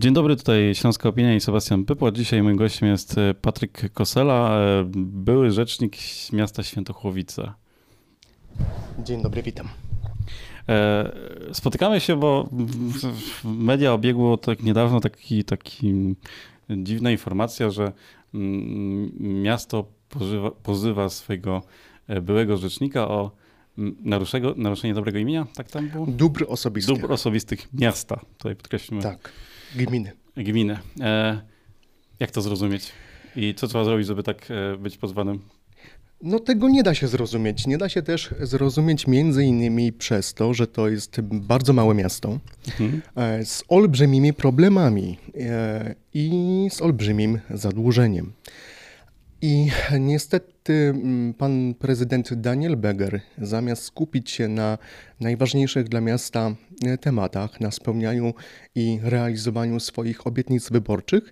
Dzień dobry, tutaj Śląska Opinia i Sebastian Pypła. Dzisiaj moim gościem jest Patryk Kosela, były rzecznik miasta Świętochłowice. Dzień dobry, witam. Spotykamy się, bo w media obiegło tak niedawno taki dziwna informacja, że miasto pozywa swojego byłego rzecznika o naruszenie dobrego imienia, tak tam było? Dóbr osobistych. Dóbr osobistych miasta, tutaj podkreślmy. Tak, gminy. Gminy. Jak to zrozumieć? I co trzeba zrobić, żeby tak być pozwanym? No tego nie da się zrozumieć. Nie da się też zrozumieć między innymi przez to, że to jest bardzo małe miasto z olbrzymimi problemami i z olbrzymim zadłużeniem. I niestety pan prezydent Daniel Beger, zamiast skupić się na najważniejszych dla miasta tematach, na spełnianiu i realizowaniu swoich obietnic wyborczych,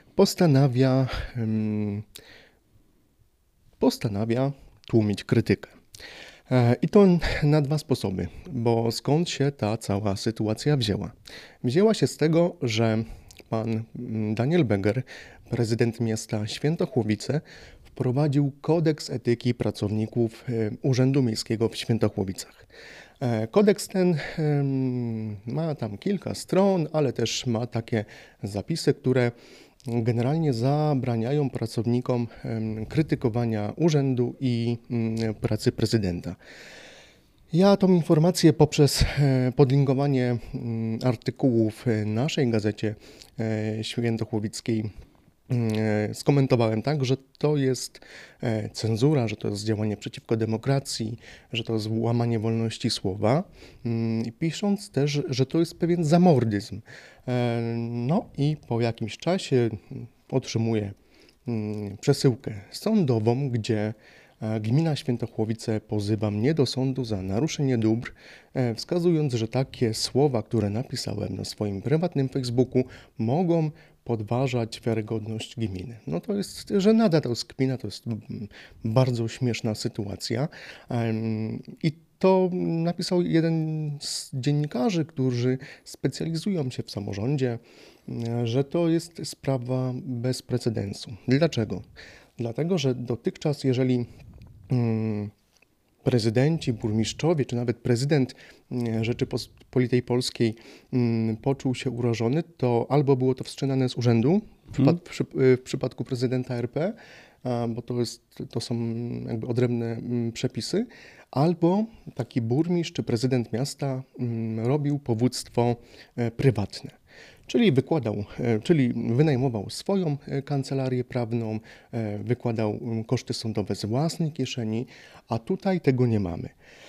postanawia tłumić krytykę. I to na dwa sposoby, bo skąd się ta cała sytuacja wzięła? Wzięła się z tego, że pan Daniel Beger, prezydent miasta Świętochłowice, wprowadził kodeks etyki pracowników Urzędu Miejskiego w Świętochłowicach. Kodeks ten ma tam kilka stron, ale też ma takie zapisy, które generalnie zabraniają pracownikom krytykowania urzędu i pracy prezydenta. Ja tą informację poprzez podlinkowanie artykułów w naszej gazecie świętochłowickiej skomentowałem tak, że to jest cenzura, że to jest działanie przeciwko demokracji, że to jest łamanie wolności słowa, pisząc też, że to jest pewien zamordyzm. No i po jakimś czasie otrzymuję przesyłkę sądową, gdzie gmina Świętochłowice pozywa mnie do sądu za naruszenie dóbr, wskazując, że takie słowa, które napisałem na swoim prywatnym Facebooku, mogą podważać wiarygodność gminy. No to jest żenada, to jest kpina, to jest bardzo śmieszna sytuacja. I to napisał jeden z dziennikarzy, którzy specjalizują się w samorządzie, że to jest sprawa bez precedensu. Dlaczego? Dlatego, że dotychczas, jeżeli prezydenci, burmistrzowie, czy nawet prezydent Rzeczypospolitej Polskiej poczuł się urażony, to albo było to wstrzymane z urzędu w przypadku prezydenta RP, bo to są jakby odrębne przepisy, albo taki burmistrz czy prezydent miasta robił powództwo prywatne. Czyli wynajmował swoją kancelarię prawną, wykładał koszty sądowe z własnej kieszeni, a tutaj tego nie mamy.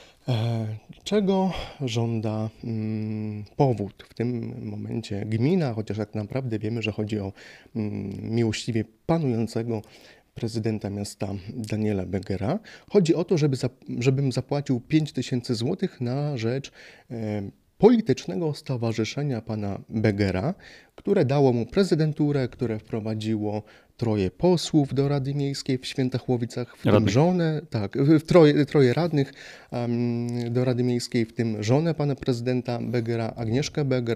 Czego żąda powód? W tym momencie gmina, chociaż tak naprawdę wiemy, że chodzi o miłościwie panującego prezydenta miasta Daniela Begera. Chodzi o to, żebym zapłacił 5000 zł na rzecz politycznego stowarzyszenia pana Begera, które dało mu prezydenturę, które wprowadziło 3 posłów do Rady Miejskiej w Świętochłowicach, w tym żonę, tak, troje radnych do Rady Miejskiej, w tym żonę pana prezydenta Begera, Agnieszkę Beger.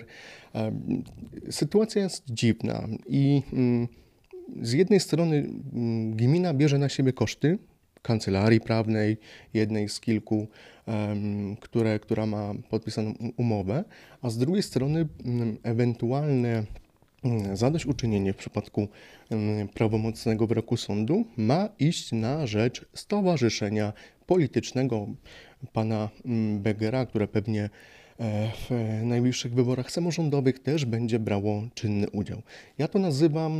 Sytuacja jest dziwna i z jednej strony gmina bierze na siebie koszty kancelarii prawnej, jednej z kilku, która ma podpisaną umowę, a z drugiej strony ewentualne zadośćuczynienie w przypadku prawomocnego wyroku sądu ma iść na rzecz stowarzyszenia politycznego pana Begera, które pewnie w najbliższych wyborach samorządowych też będzie brało czynny udział. Ja to nazywam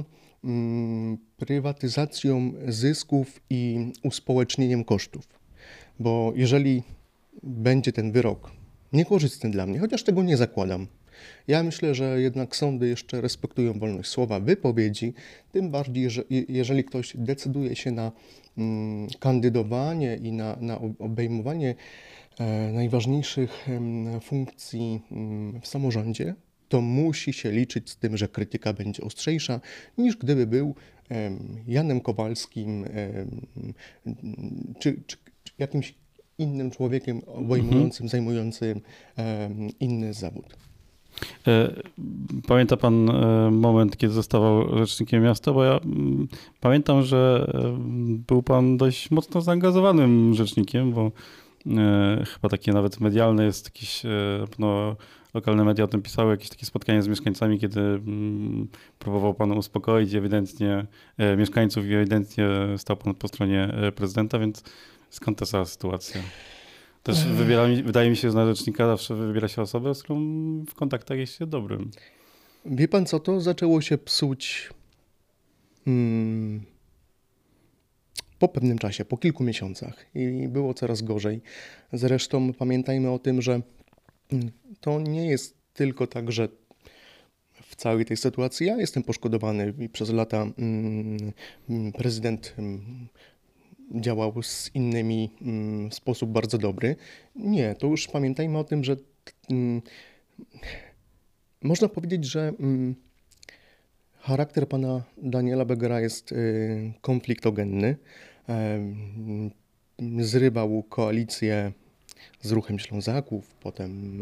prywatyzacją zysków i uspołecznieniem kosztów, bo jeżeli będzie ten wyrok niekorzystny dla mnie, chociaż tego nie zakładam, ja myślę, że jednak sądy jeszcze respektują wolność słowa, wypowiedzi, tym bardziej, że jeżeli ktoś decyduje się na kandydowanie i na obejmowanie najważniejszych funkcji w samorządzie, to musi się liczyć z tym, że krytyka będzie ostrzejsza niż gdyby był Janem Kowalskim czy jakimś innym człowiekiem obejmującym, zajmującym inny zawód. Pamięta pan moment, kiedy zostawał rzecznikiem miasta? Bo ja pamiętam, że był pan dość mocno zaangażowanym rzecznikiem, bo chyba takie nawet medialne jest jakieś, no, lokalne media o tym pisały, jakieś takie spotkanie z mieszkańcami, kiedy próbował pan uspokoić ewidentnie mieszkańców i ewidentnie stał pan po stronie prezydenta, więc skąd ta cała sytuacja? Też wydaje mi się, że na rzecznika zawsze wybiera się osobę, z którą w kontaktach jest się dobrym. Wie pan co, to zaczęło się psuć po pewnym czasie, po kilku miesiącach i było coraz gorzej. Zresztą pamiętajmy o tym, że to nie jest tylko tak, że w całej tej sytuacji ja jestem poszkodowany i przez lata prezydent działał z innymi w sposób bardzo dobry. Nie, to już pamiętajmy o tym, że można powiedzieć, że charakter pana Daniela Begera jest konfliktogenny. Zrywał koalicję z Ruchem Ślązaków, potem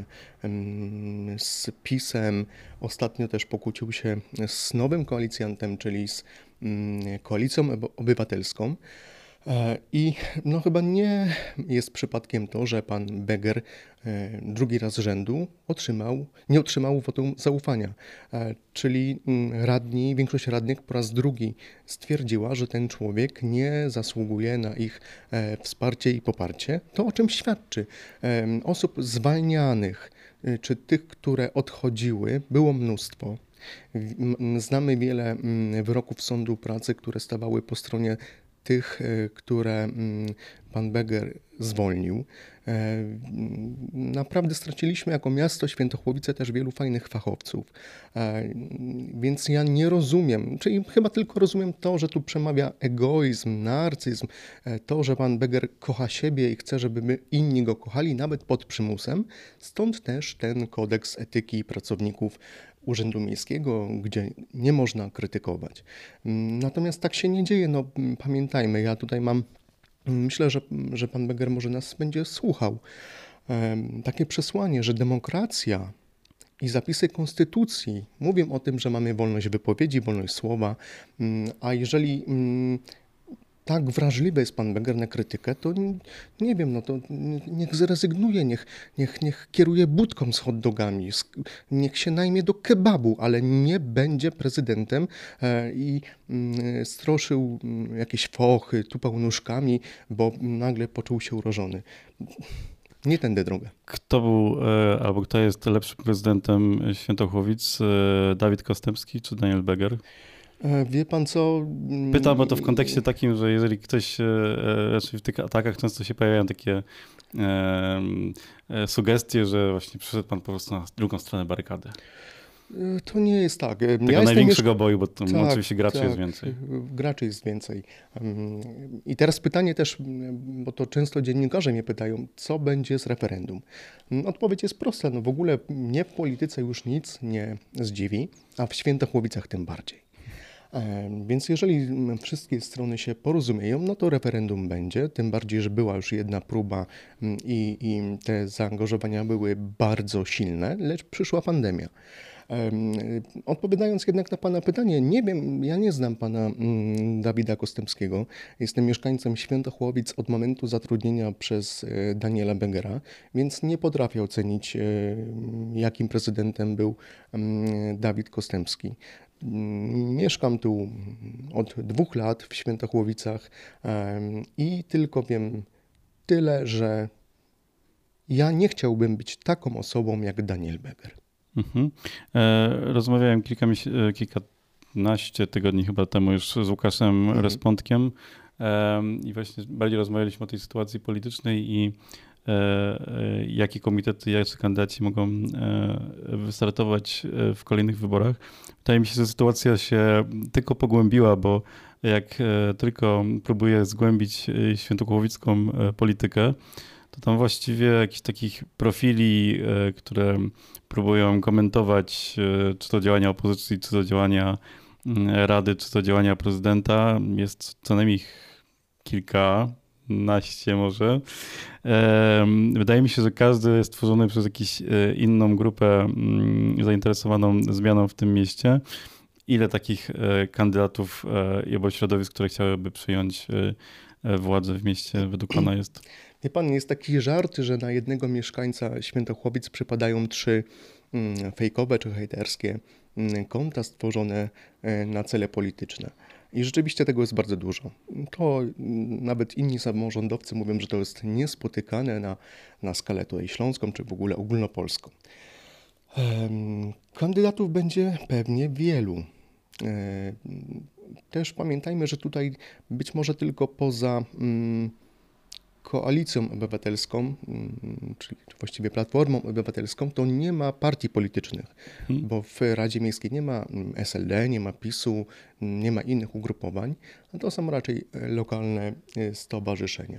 z PiS-em. Ostatnio też pokłócił się z nowym koalicjantem, czyli z Koalicją Obywatelską. I no chyba nie jest przypadkiem to, że pan Beger drugi raz z rzędu nie otrzymał wotum zaufania. Czyli większość radnych po raz drugi stwierdziła, że ten człowiek nie zasługuje na ich wsparcie i poparcie. To o czym świadczy? Osób zwalnianych, czy tych, które odchodziły, było mnóstwo. Znamy wiele wyroków Sądu Pracy, które stawały po stronie tych, które pan Beger zwolnił. Naprawdę straciliśmy jako miasto Świętochłowice też wielu fajnych fachowców. Więc ja nie rozumiem, czyli chyba tylko rozumiem to, że tu przemawia egoizm, narcyzm, to, że pan Beger kocha siebie i chce, żeby inni go kochali, nawet pod przymusem. Stąd też ten kodeks etyki pracowników Urzędu Miejskiego, gdzie nie można krytykować. Natomiast tak się nie dzieje. No, pamiętajmy, ja tutaj myślę, że pan Beger może nas będzie słuchał. Takie przesłanie, że demokracja i zapisy konstytucji mówią o tym, że mamy wolność wypowiedzi, wolność słowa, a jeżeli tak wrażliwy jest pan Beger na krytykę, to nie wiem, no to niech zrezygnuje, niech kieruje budką z hot dogami, niech się najmie do kebabu, ale nie będzie prezydentem i stroszył jakieś fochy, tupał nóżkami, bo nagle poczuł się urażony. Nie tędy droga. Kto był albo kto jest lepszym prezydentem Świętochłowic? Dawid Kostępski czy Daniel Beger? Wie pan co? Pytam, bo to w kontekście takim, że jeżeli ktoś, raczej w tych atakach często się pojawiają takie sugestie, że właśnie przyszedł pan po prostu na drugą stronę barykady. To nie jest tak. Tego największego boju, bo to oczywiście graczy jest więcej. Graczy jest więcej. I teraz pytanie też, bo to często dziennikarze mnie pytają, co będzie z referendum? Odpowiedź jest prosta. No w ogóle mnie w polityce już nic nie zdziwi, a w Świętochłowicach tym bardziej. Więc jeżeli wszystkie strony się porozumieją, no to referendum będzie, tym bardziej, że była już jedna próba i te zaangażowania były bardzo silne, lecz przyszła pandemia. Odpowiadając jednak na pana pytanie, nie wiem, ja nie znam pana Dawida Kostępskiego. Jestem mieszkańcem Świętochłowic od momentu zatrudnienia przez Daniela Begera, więc nie potrafię ocenić, jakim prezydentem był Dawid Kostępski. Mieszkam tu od 2 lat w Świętochłowicach i tylko wiem tyle, że ja nie chciałbym być taką osobą jak Daniel Beger. Rozmawiałem kilkanaście tygodni chyba temu już z Łukaszem Respondkiem i właśnie bardziej rozmawialiśmy o tej sytuacji politycznej i jakie komitety, jacy kandydaci mogą wystartować w kolejnych wyborach. Wydaje mi się, że sytuacja się tylko pogłębiła, bo jak tylko próbuję zgłębić świętochłowicką politykę, to tam właściwie jakichś takich profili, które próbują komentować, czy to działania opozycji, czy to działania Rady, czy to działania prezydenta, jest co najmniej kilka, naście może. Wydaje mi się, że każdy jest tworzony przez jakąś inną grupę zainteresowaną zmianą w tym mieście. Ile takich kandydatów albo środowisk, które chciałyby przyjąć władzę w mieście według pana jest? Wie pan, jest taki żart, że na jednego mieszkańca Świętochłowic przypadają 3 fejkowe czy hejterskie konta stworzone na cele polityczne. I rzeczywiście tego jest bardzo dużo. To nawet inni samorządowcy mówią, że to jest niespotykane na skalę tutaj śląską, czy w ogóle ogólnopolską. Kandydatów będzie pewnie wielu. Też pamiętajmy, że tutaj być może tylko poza Koalicją Obywatelską, czyli właściwie Platformą Obywatelską, to nie ma partii politycznych, bo w Radzie Miejskiej nie ma SLD, nie ma PiS-u, nie ma innych ugrupowań, a to są raczej lokalne stowarzyszenia.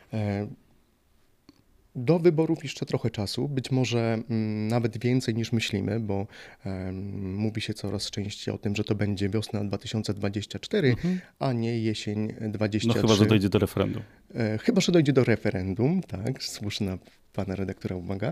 Do wyborów jeszcze trochę czasu, być może nawet więcej niż myślimy, bo mówi się coraz częściej o tym, że to będzie wiosna 2024, a nie jesień 2023. No chyba, że dojdzie do referendum. Chyba, że dojdzie do referendum, tak, słuszna pana redaktora uwaga.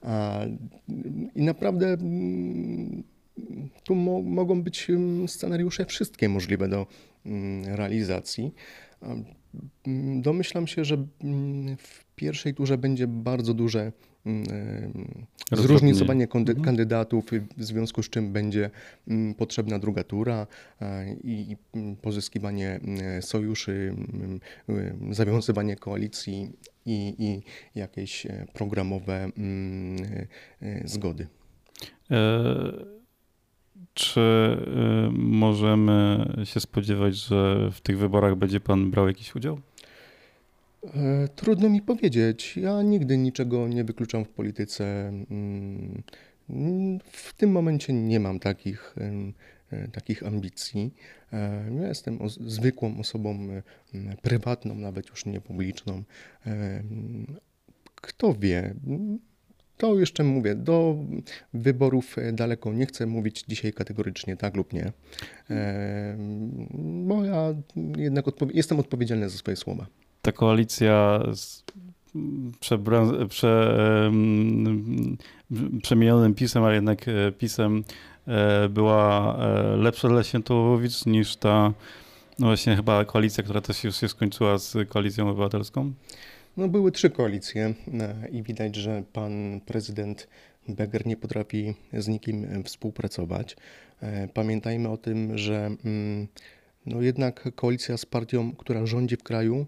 I naprawdę tu mogą być scenariusze wszystkie możliwe do realizacji. Domyślam się, że w pierwszej turze będzie bardzo duże zróżnicowanie kandydatów, w związku z czym będzie potrzebna druga tura i pozyskiwanie sojuszy, zawiązywanie koalicji i jakieś programowe zgody. Czy możemy się spodziewać, że w tych wyborach będzie pan brał jakiś udział? Trudno mi powiedzieć. Ja nigdy niczego nie wykluczam w polityce. W tym momencie nie mam takich ambicji. Ja jestem zwykłą osobą prywatną, nawet już nie publiczną. Kto wie? To jeszcze mówię, do wyborów daleko nie chcę mówić dzisiaj kategorycznie tak lub nie, bo ja jednak jestem odpowiedzialny za swoje słowa. Ta koalicja z przemienionym PiS-em, ale jednak PiS-em była lepsza dla Świętochłowic niż ta, no właśnie chyba koalicja, która też już się skończyła z Koalicją Obywatelską? No były 3 koalicje i widać, że pan prezydent Beger nie potrafi z nikim współpracować. Pamiętajmy o tym, że no jednak koalicja z partią, która rządzi w kraju,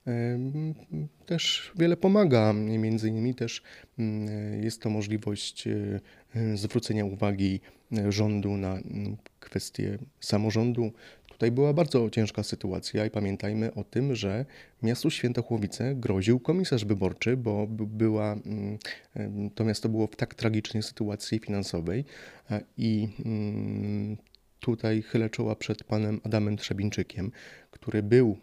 też wiele pomaga. Między innymi też jest to możliwość zwrócenia uwagi rządu na kwestię samorządu. Tutaj była bardzo ciężka sytuacja i pamiętajmy o tym, że miastu Świętochłowice groził komisarz wyborczy, bo to miasto było w tak tragicznej sytuacji finansowej i tutaj chylę czoła przed panem Adamem Trzebińczykiem, który był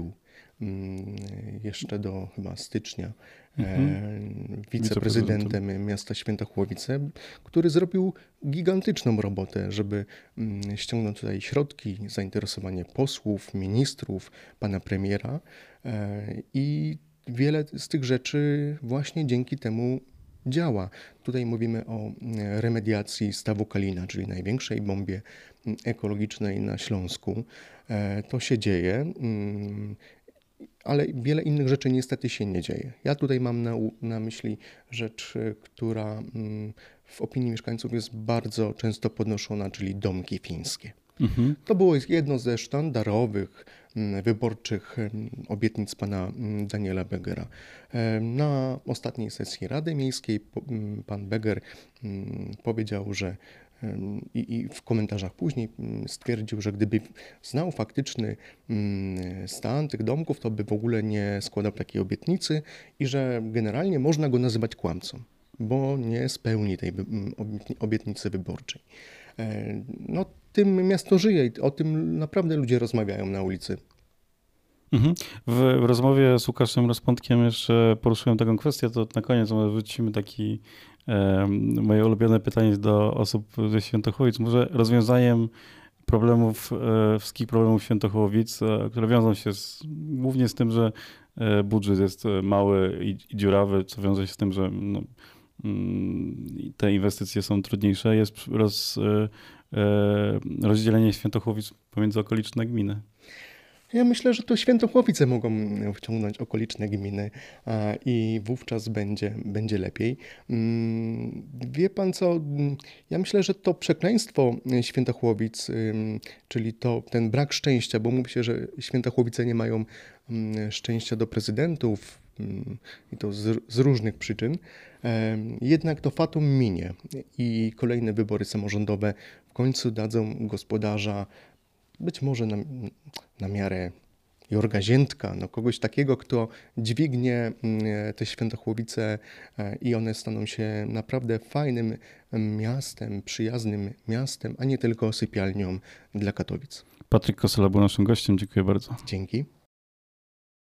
jeszcze do chyba stycznia wiceprezydentem miasta Świętochłowice, który zrobił gigantyczną robotę, żeby ściągnąć tutaj środki, zainteresowanie posłów, ministrów, pana premiera i wiele z tych rzeczy właśnie dzięki temu działa. Tutaj mówimy o remediacji stawu Kalina, czyli największej bombie ekologicznej na Śląsku. To się dzieje, ale wiele innych rzeczy niestety się nie dzieje. Ja tutaj mam na myśli rzecz, która w opinii mieszkańców jest bardzo często podnoszona, czyli domki fińskie. To było jedno ze sztandarowych, wyborczych obietnic pana Daniela Begera. Na ostatniej sesji Rady Miejskiej pan Beger powiedział, że i w komentarzach później stwierdził, że gdyby znał faktyczny stan tych domków, to by w ogóle nie składał takiej obietnicy i że generalnie można go nazywać kłamcą, bo nie spełni tej obietnicy wyborczej. No, tym miasto żyje i o tym naprawdę ludzie rozmawiają na ulicy. W rozmowie z Łukaszem Rozpątkiem jeszcze poruszyłem taką kwestię, to na koniec może wrócimy moje ulubione pytanie do osób ze Świętochłowic. Może rozwiązaniem wszystkich problemów Świętochłowic, które wiążą się głównie z tym, że budżet jest mały i dziurawy, co wiąże się z tym, że no, te inwestycje są trudniejsze, jest rozdzielenie Świętochłowic pomiędzy okoliczne gminy. Ja myślę, że to Świętochłowice mogą wciągnąć okoliczne gminy i wówczas będzie lepiej. Wie pan co, ja myślę, że to przekleństwo Świętochłowic, czyli ten brak szczęścia, bo mówi się, że Świętochłowice nie mają szczęścia do prezydentów i to z różnych przyczyn, jednak to fatum minie i kolejne wybory samorządowe w końcu dadzą gospodarza być może na miarę Jorga Ziętka, no kogoś takiego, kto dźwignie te Świętochłowice i one staną się naprawdę fajnym miastem, przyjaznym miastem, a nie tylko sypialnią dla Katowic. Patryk Kosela był naszym gościem. Dziękuję bardzo. Dzięki.